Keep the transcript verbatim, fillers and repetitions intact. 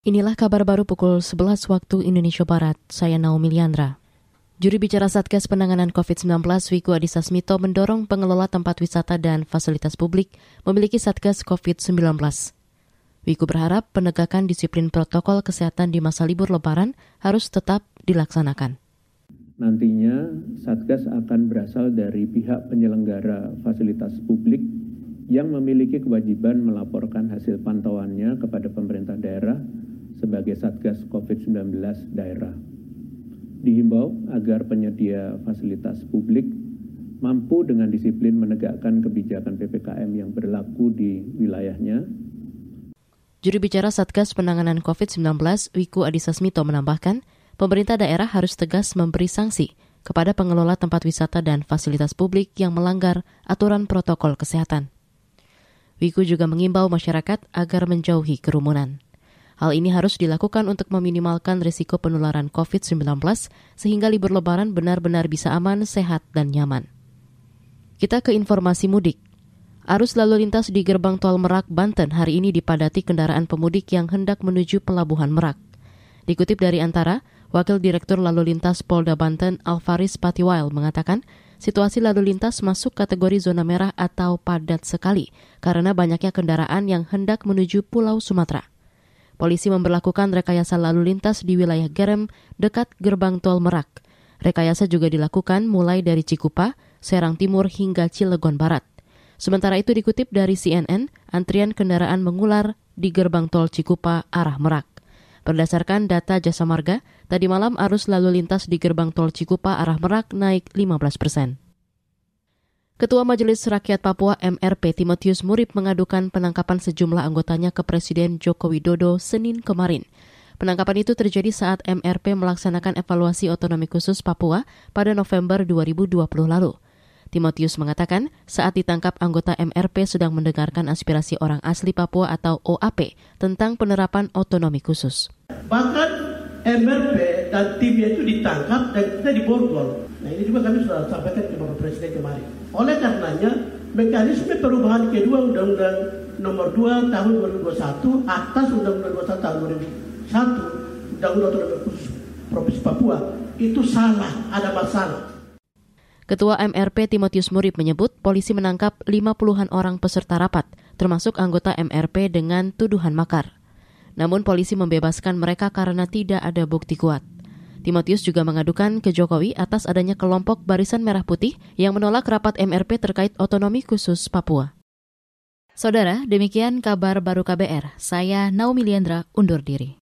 Inilah kabar baru pukul sebelas waktu Indonesia Barat. Saya Naomi Liandra. Juru bicara Satgas Penanganan covid sembilan belas Wiku Adhisa Smito mendorong pengelola tempat wisata dan fasilitas publik memiliki Satgas covid sembilan belas. Wiku berharap penegakan disiplin protokol kesehatan di masa libur Lebaran harus tetap dilaksanakan. Nantinya Satgas akan berasal dari pihak penyelenggara fasilitas publik yang memiliki kewajiban melaporkan hasil pantauannya kepada pemerintah daerah sebagai Satgas covid sembilan belas daerah. Dihimbau agar penyedia fasilitas publik mampu dengan disiplin menegakkan kebijakan P P K M yang berlaku di wilayahnya. Juru bicara Satgas Penanganan covid sembilan belas Wiku Adhisa Smito menambahkan, pemerintah daerah harus tegas memberi sanksi kepada pengelola tempat wisata dan fasilitas publik yang melanggar aturan protokol kesehatan. Wiku juga mengimbau masyarakat agar menjauhi kerumunan. Hal ini harus dilakukan untuk meminimalkan risiko penularan covid sembilan belas sehingga libur Lebaran benar-benar bisa aman, sehat, dan nyaman. Kita ke informasi mudik. Arus lalu lintas di Gerbang Tol Merak, Banten hari ini dipadati kendaraan pemudik yang hendak menuju Pelabuhan Merak. Dikutip dari Antara, Wakil Direktur Lalu Lintas Polda Banten Alvaris Patiwail mengatakan, situasi lalu lintas masuk kategori zona merah atau padat sekali karena banyaknya kendaraan yang hendak menuju Pulau Sumatera. Polisi memberlakukan rekayasa lalu lintas di wilayah Gerem dekat Gerbang Tol Merak. Rekayasa juga dilakukan mulai dari Cikupa, Serang Timur hingga Cilegon Barat. Sementara itu dikutip dari C N N, antrian kendaraan mengular di Gerbang Tol Cikupa arah Merak. Berdasarkan data Jasa Marga, tadi malam arus lalu lintas di Gerbang Tol Cikupa arah Merak naik lima belas persen. Ketua Majelis Rakyat Papua M R P Timotius Murib mengadukan penangkapan sejumlah anggotanya ke Presiden Joko Widodo Senin kemarin. Penangkapan itu terjadi saat M R P melaksanakan evaluasi otonomi khusus Papua pada November dua ribu dua puluh lalu. Timotius mengatakan saat ditangkap anggota M R P sedang mendengarkan aspirasi orang asli Papua atau O A P tentang penerapan otonomi khusus. Bahkan M R P dan timnya itu ditangkap dan kita diborgol. Nah ini juga kami sudah sampaikan ke Bapak Presiden kemarin. Oleh karenanya mekanisme perubahan kedua Undang-Undang Nomor dua Tahun dua ribu dua puluh satu atas Undang-Undang dua puluh satu Tahun dua ribu satu Undang-Undang Otonomi Khusus Provinsi Papua itu salah, ada masalah. Ketua M R P Timotius Murib menyebut polisi menangkap lima puluhan orang peserta rapat, termasuk anggota M R P dengan tuduhan makar. Namun polisi membebaskan mereka karena tidak ada bukti kuat. Timotius juga mengadukan ke Jokowi atas adanya kelompok Barisan Merah Putih yang menolak rapat M R P terkait otonomi khusus Papua. Saudara, demikian kabar baru K B R. Saya Naomi Liandra undur diri.